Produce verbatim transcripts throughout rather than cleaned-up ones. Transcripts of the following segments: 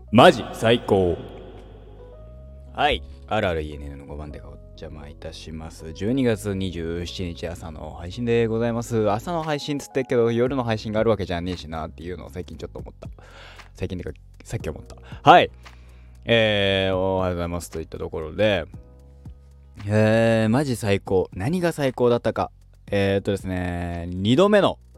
マジ最高。はい、あるある イーエヌエヌ のごばんでお邪魔いたします。じゅうにがつにじゅうしちにち朝の配信でございます。朝の配信つってっけど夜の配信があるわけじゃねえしなっていうのを最近ちょっと思った。最近てかさっき思った。はい、えー、おはようございますといったところで、えー、マジ最高。何が最高だったか。えーっとですね、にどめの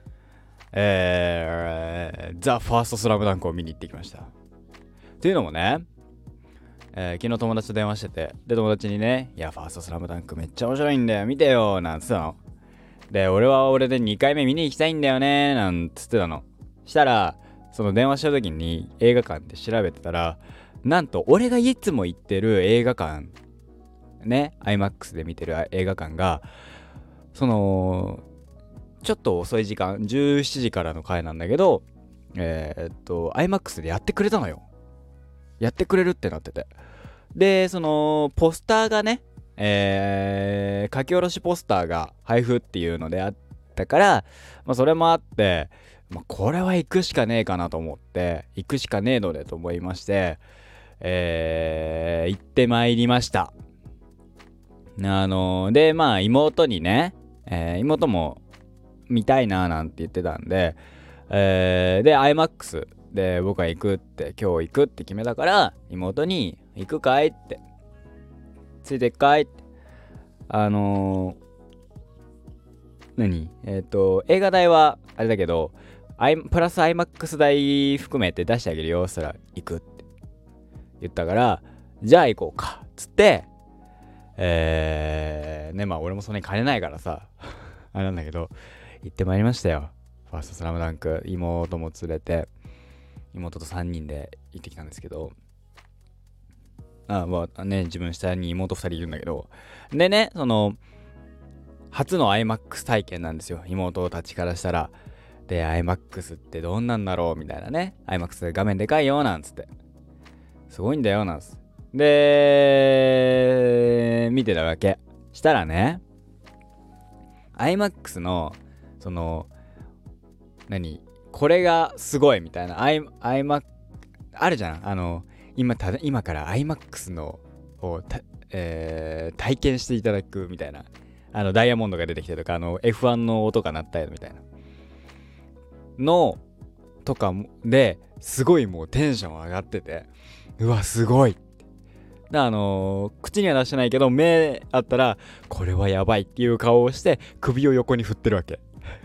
えー、ザ・ファーストスラムダンクを見に行ってきました。っていうのもね、えー、昨日友達と電話してて、で友達にね、いやファーストスラムダンクめっちゃ面白いんだよ見てよなんつってたの。で俺は俺でにかいめ見に行きたいんだよねなんつってたの。したらその電話した時に映画館って調べてたら、なんと俺がいつも行ってる映画館ね、 アイマックス で見てる映画館がそのちょっと遅い時間じゅうしちじからの回なんだけど、えー、っと アイマックス でやってくれたのよ。やってくれるってなってて、でそのポスターがね、えー、書き下ろしポスターが配布っていうのであったから、まあ、それもあって、まあ、これは行くしかねえかなと思って行くしかねえのでと思いまして、えー、行ってまいりました。あのー、でまあ妹にね、えー、妹も見たいなーなんて言ってたんで、えー、で アイマックス で僕は行くって今日行くって決めたから、妹に行くかいってついてっかいってあのー、何えっ、ー、と映画代はあれだけどプラス アイマックス 代含めて出してあげるよ。そしたら行くって言ったから、じゃあ行こうかっつって、えー、ねまあ俺もそんなに金ないからさあれなんだけど行ってまいりましたよ。ファーストスラムダンク、妹も連れて妹とさんにんで行ってきたんですけど、あまあね自分下に妹ふたりいるんだけど、でねその初の アイマックス 体験なんですよ、妹たちからしたら。で アイマックス ってどんなんだろうみたいなね、 アイマックス で画面でかいよなんつって、すごいんだよなんつってで見てたわけ。したらね アイマックス のその何これがすごいみたいな アイマックス あるじゃん。あの今た今から アイマックス のを、えー、体験していただくみたいな、あのダイヤモンドが出てきてとか、あの エフワン の音が鳴ったよみたいなのとかですごいもうテンション上がってて、うわすごい。であのー、口には出してないけど目あったらこれはやばいっていう顔をして首を横に振ってるわけ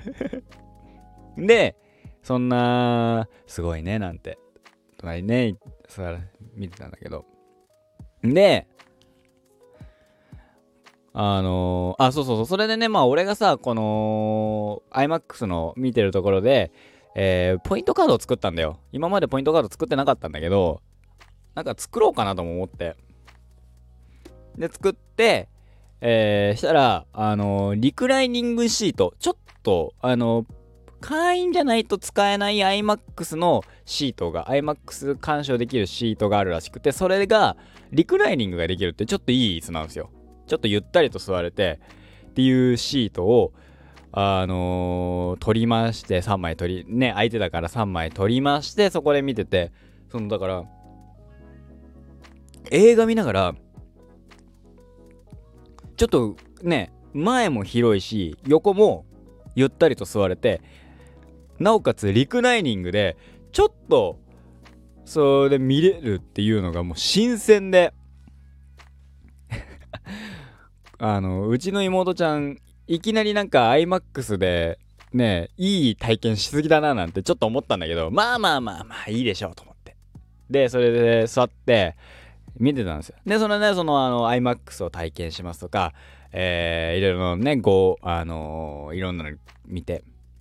でそんなすごいねなんて隣ねさ見てたんだけど、であのー、あそうそうそうそれでねまあ俺がさこの アイマックス の見てるところで、えー、ポイントカードを作ったんだよ。今までポイントカード作ってなかったんだけど、なんか作ろうかなとも思って、で作って、えー、したらあのー、リクライニングシート、ちょっとあのー、会員じゃないと使えない アイマックス のシートが アイマックス 鑑賞できるシートがあるらしくて、それがリクライニングができるってちょっといい椅子なんですよ。ちょっとゆったりと座れてっていうシートをあのー、取りましてさんまい取りね相手だからさんまい取りまして、そこで見てて、そのだから映画見ながらちょっとね前も広いし横もゆったりと座れて、なおかつリクライニングでちょっとそれで見れるっていうのがもう新鮮であのうちの妹ちゃんいきなりなんか アイマックス でねいい体験しすぎだななんてちょっと思ったんだけど、まあまあまあまあいいでしょうと思って、でそれで座って見てたんですよ。でそれねそのあの アイマックス を体験しますとか、えー、いろいろねこうあのー、いろんなの見て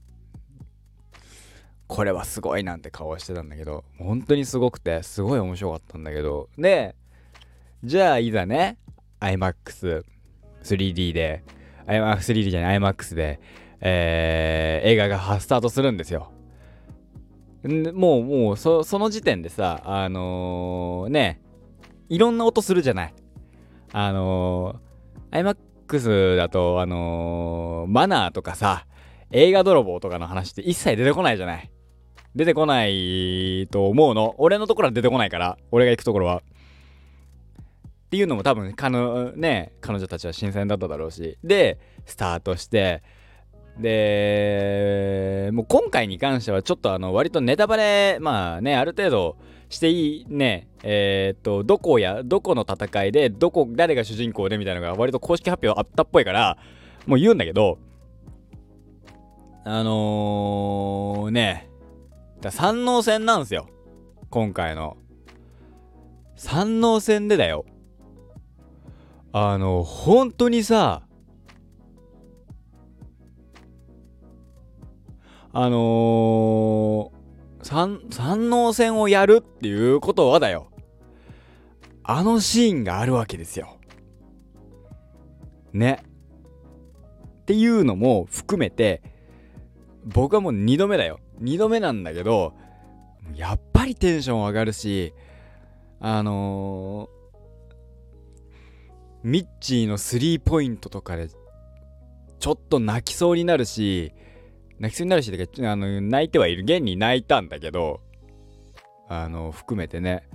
これはすごいなんて顔をしてたんだけど、本当にすごくてすごい面白かったんだけど、でじゃあいざね アイマックススリーディー で スリーディー じゃない アイマックス で、えー、映画がスタートするんですよ。んもうもう そ, その時点でさあのー、ねいろんな音するじゃない。あのー、アイマックス だとあのー、マナーとかさ映画泥棒とかの話って一切出てこないじゃない。 出てこないと思うの。俺のところは出てこないから、俺が行くところは。っていうのも多分彼女ね彼女たちは新鮮だっただろうし、でスタートして、でもう今回に関してはちょっとあの割とネタバレまあねある程度していいねえー、っとどこやどこの戦いでどこ誰が主人公でみたいなのが割と公式発表あったっぽいからもう言うんだけど、あのー、ねだ三能戦なんですよ今回の。三能戦でだよ、あの本当にさあのー、三三能戦をやるっていうことはだよ、あのシーンがあるわけですよね。っていうのも含めて僕はもうにどめだよにどめなんだけど、やっぱりテンション上がるし、あのーミッチーのスリーポイントとかでちょっと泣きそうになるし、泣きそうになるしってかあの泣いてはいる、現に泣いたんだけど、あの含めてね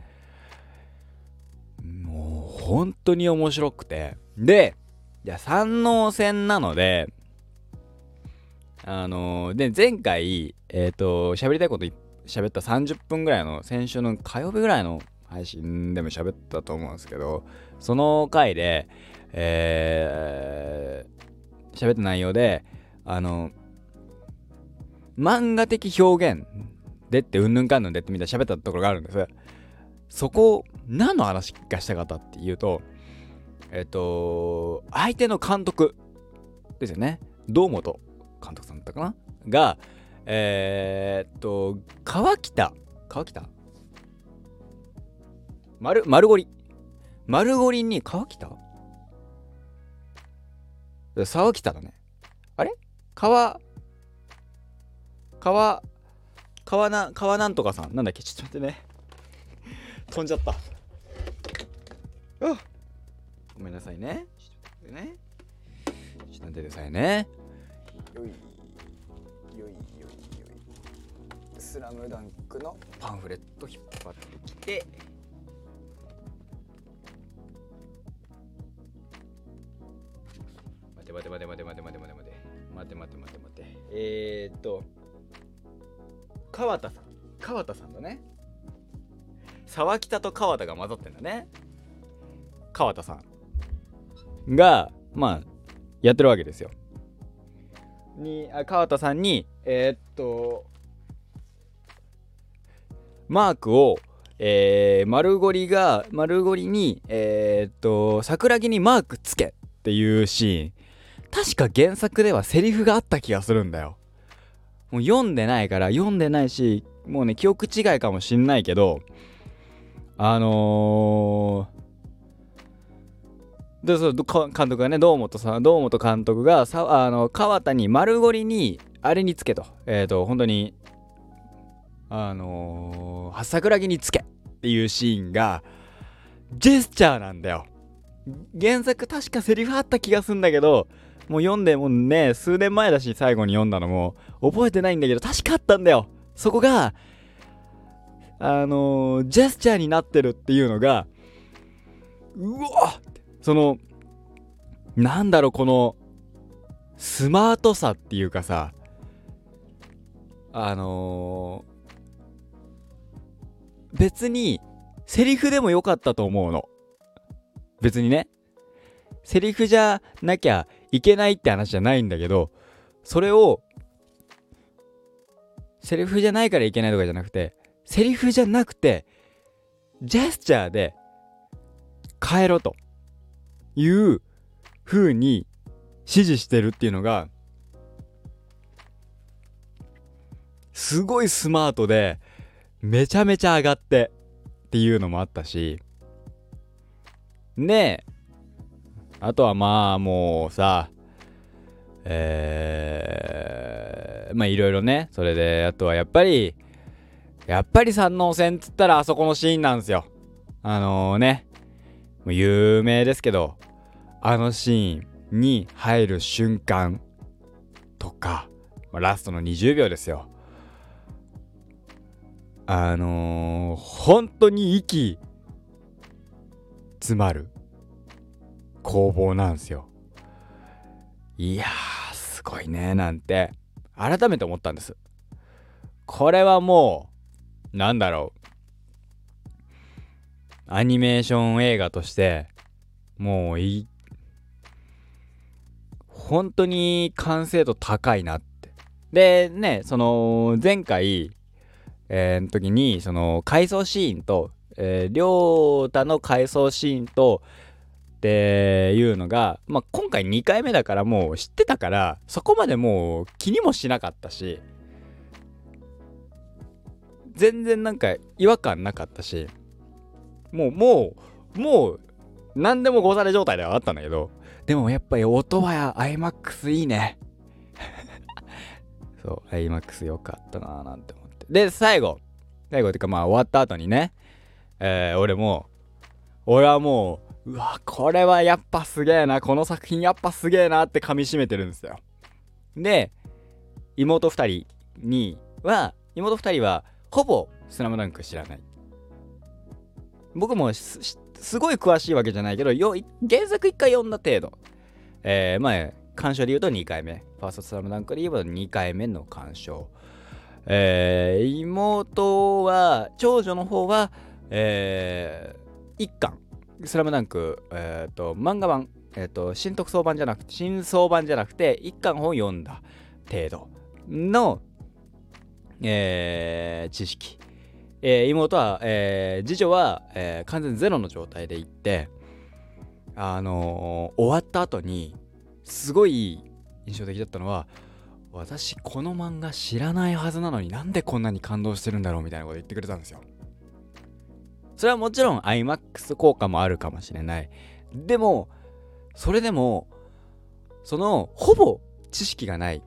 もう本当に面白くて、でいや三能戦なのであのー、で前回えっ、ー、と喋りたいこと喋ったさんじゅっぷんぐらいの先週の火曜日ぐらいの配信でも喋ったと思うんですけど、その回でえー、喋った内容であの漫画的表現でってうんぬんかんぬんでってみたいな喋ったところがあるんです。そこ何の話がしたかったっていうと、えっと相手の監督ですよね、堂本監督さんだったかながえー、っと川北川北丸丸ゴリ丸ゴリに川北沢北だね、あれ川川川な川なんとかさんなんだっけ、ちょっと待ってね飛んじゃった。ごめんなさいね。ちょっと待ってね。ちょっと待ってくださいね。よいよいよいよい。スラムダンクのパンフレット引っ張ってきて。待て待て待て待て待て待て待て待て待て待て待て待て。えーっと川田さん川田さんだね。沢北と川田が混ざってんだね。川田さんがまあやってるわけですよ。にあ川田さんにえー、っとマークを、えー、丸ゴリが丸ゴリにえー、っと桜木にマークつけっていうシーン、確か原作ではセリフがあった気がするんだよ。もう読んでないから読んでないし、もうね記憶違いかもしんないけど、あのー、でそう監督がね堂本さん堂本監督がさあの川田に丸ゴリにあれにつけと、えっ、ー、と本当にあのー、桜木につけっていうシーンがジェスチャーなんだよ。原作確かセリフあった気がするんだけど、もう読んでもうね数年前だし最後に読んだのも覚えてないんだけど、確かあったんだよ。そこがあのー、ジェスチャーになってるっていうのがうわっ、そのなんだろうこのスマートさっていうかさ、あのー、別にセリフでもよかったと思うの。別にねセリフじゃなきゃいけないって話じゃないんだけど、それをセリフじゃないからいけないとかじゃなくて、セリフじゃなくてジェスチャーで変えろという風に指示してるっていうのがすごいスマートでめちゃめちゃ上がってっていうのもあったし、であとはまあもうさえー、まあいろいろね、それであとはやっぱりやっぱり三能戦っつったらあそこのシーンなんですよ。あのー、ねもう有名ですけど、あのシーンに入る瞬間とか、まあ、ラストのにじゅうびょうですよ。 あのー、本当に息詰まる攻防なんですよ。いやーすごいねなんて改めて思ったんです。これはもうなんだろう、アニメーション映画としてもうい本当に完成度高いなって。でね、その前回えー、の時にその回想シーンと、えー、りょうたの回想シーンとっていうのが、まあ、今回にかいめだからもう知ってたからそこまでもう気にもしなかったし、全然なんか違和感なかったし、もうもうもう何でもござれ状態ではあったんだけど、でもやっぱり音は アイマックス いいね。そう アイマックス 良かったなーなんて思って。で最後最後っていうかまあ終わった後にね、えー、俺も俺はもううわこれはやっぱすげえな、この作品やっぱすげえなって噛み締めてるんですよ。で妹ふたりには妹ふたりはほぼスラムダンク知らない。僕も す, すごい詳しいわけじゃないけどよ原作いっかい読んだ程度、えー、まあ鑑賞で言うとにかいめ、ファーストスラムダンクで言えばにかいめの鑑賞。えー、妹は長女の方は、えー、いっかんスラムダンク、えー、と漫画版、えー、と新特装版じゃなくて新装版じゃなくていっかんを読んだ程度の、えー、知識。えー、妹は、えー、次女は、えー、完全ゼロの状態で行って、あのー、終わった後にすごい印象的だったのは、私この漫画知らないはずなのになんでこんなに感動してるんだろうみたいなこと言ってくれたんですよ。それはもちろん アイマックス 効果もあるかもしれない。でもそれでもそのほぼ知識がない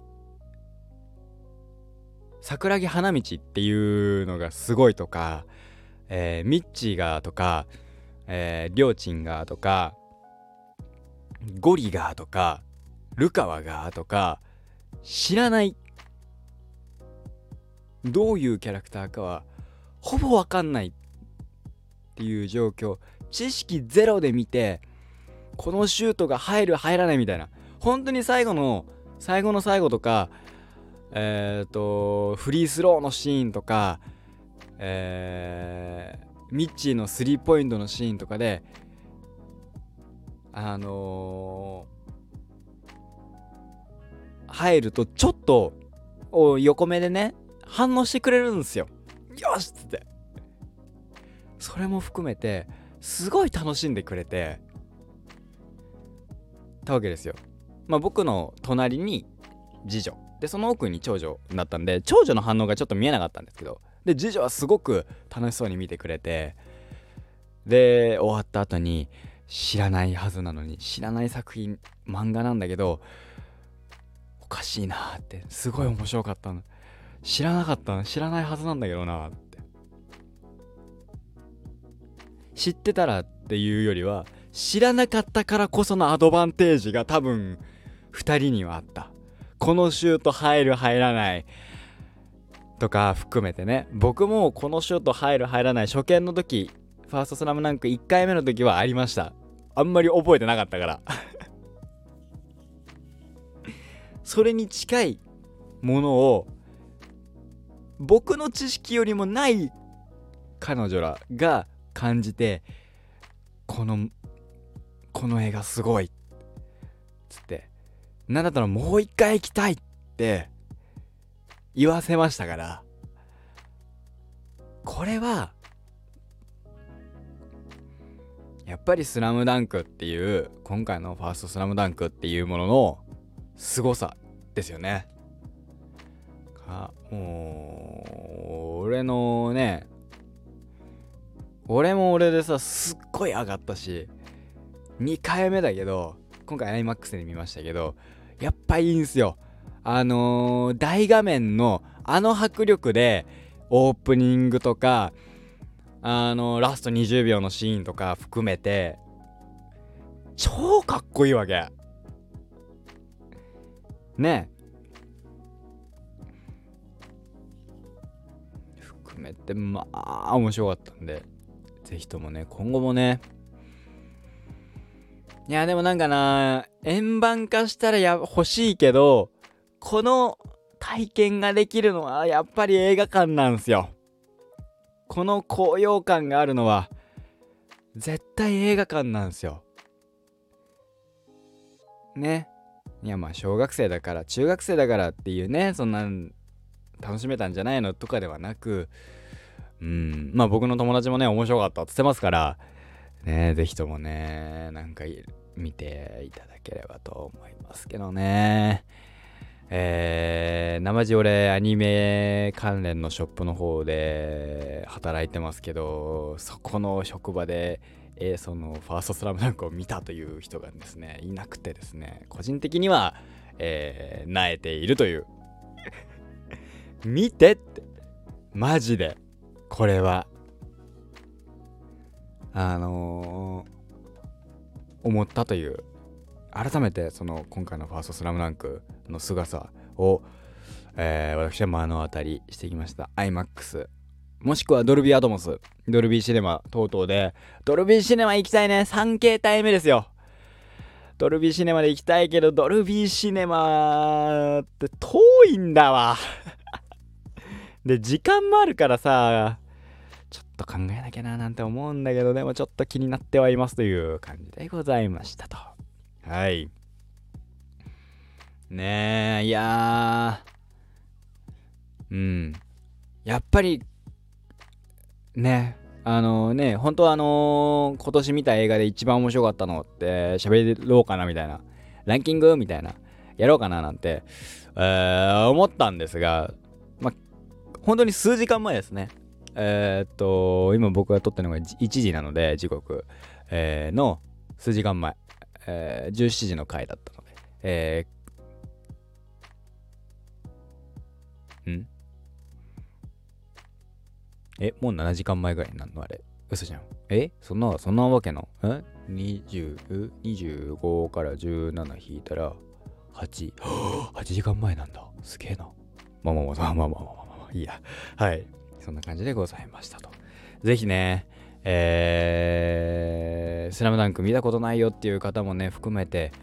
桜木花道っていうのがすごいとか、えー、ミッチーがとか、えー、りょーちんがとかゴリがとかルカワがとか知らない、どういうキャラクターかはほぼわかんないっていう状況。知識ゼロで見てこのシュートが入る入らないみたいな、本当に最後の最後の最後とか、えっとフリースローのシーンとか、えー、ミッチーのスリーポイントのシーンとかであのー、入るとちょっと横目でね反応してくれるんですよ。よしっつって、それも含めてすごい楽しんでくれてたわけですよ。まあ僕の隣に次女でその奥に長女だったんで、長女の反応がちょっと見えなかったんですけど、で次女はすごく楽しそうに見てくれて、で終わった後に知らないはずなのに、知らない作品漫画なんだけどおかしいなーって、すごい面白かったの、知らなかったの、知らないはずなんだけどなーって、知ってたらっていうよりは知らなかったからこそのアドバンテージが多分ふたりにはあった。このシュート入る入らないとか含めてね、僕もこのシュート入る入らない初見の時、ファーストスラムダンクいっかいめの時はありました。あんまり覚えてなかったからそれに近いものを僕の知識よりもない彼女らが感じて、このこの映画すごいっつって、なんだったらもう一回行きたいって言わせましたから、これはやっぱりスラムダンクっていう今回のファーストスラムダンクっていうものの凄さですよね。かもう俺のね、俺も俺でさすっごい上がったし、にかいめだけど今回 アイマックス で見ましたけどやっぱいいんすよ。あのー、大画面のあの迫力でオープニングとかあのー、ラストにじゅうびょうのシーンとか含めて超かっこいいわけね。含含めてまあ面白かったんで、ぜひともね今後もね、いやでもなんかな、円盤化したらや欲しいけど、この体験ができるのはやっぱり映画館なんですよ。この高揚感があるのは絶対映画館なんですよね。いやまあ小学生だから中学生だからっていうね、そんなん楽しめたんじゃないのとかではなく、うん、まあ僕の友達もね面白かったって言ってますからね、ぜひともねなんか見ていただければと思いますけどね。えー、生地俺アニメ関連のショップの方で働いてますけど、そこの職場で、えー、そのファーストスラムダンクを見たという人がですねいなくてですね、個人的には、えー、萎えているという見てってマジでこれはあのー、思ったという、改めてその今回のファーストスラムダンクの凄さを、えー、私は目の当たりしてきました。 アイマックス もしくはドルビーアトモス、ドルビーシネマ等々で、ドルビーシネマ行きたいね。 スリーケー 帯目ですよ。ドルビーシネマで行きたいけど、ドルビーシネマって遠いんだわで時間もあるからさ、ちょっと考えなきゃななんて思うんだけど、でもちょっと気になってはいますという感じでございましたと。はいねえ、いやー、うんやっぱりね、あのー、ね本当はあのー、今年見た映画で一番面白かったのって喋ろうかなみたいな、ランキングみたいなやろうかななんて、えー、思ったんですが、ま本当に数時間前ですね。えー、っと今僕が撮ってるのがいちじなので時刻、えー、の数時間前、えー、じゅうしちじの回だったので、えー、んえもうななじかんまえぐらいになるのあれ、嘘じゃん。えそんなそんなわけのえにじゅう、にじゅうごからじゅうなな引いたらはち、はちじかんまえなんだ。すげえな。まあまあまあまあまあまあまあまあいいや。はい、そんな感じでございましたと。ぜひね、えー、スラムダンク見たことないよっていう方もね含めて、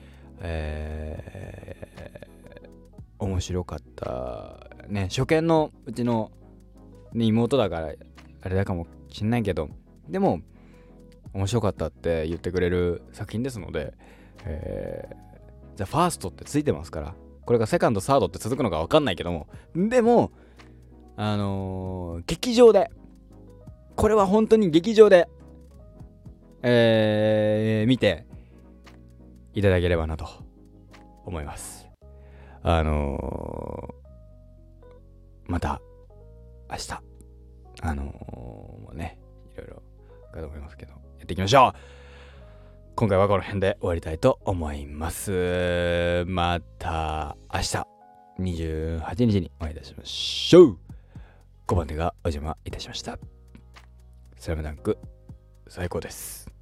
えー、面白かったね。初見のうちの、ね、妹だからあれだかもしんないけど、でも面白かったって言ってくれる作品ですので、えー、じゃあファーストってついてますから、これがセカンドサードって続くのか分かんないけども、でもあのー、劇場で、これは本当に劇場で、えー、見ていただければなと思います。あのー、また明日あのー、ねいろいろかと思いますけどやっていきましょう。今回はこの辺で終わりたいと思います。また明日にじゅうはちにちにお会いいたしましょう。ごばん手がお邪魔いたしました。スラムダンク最高です。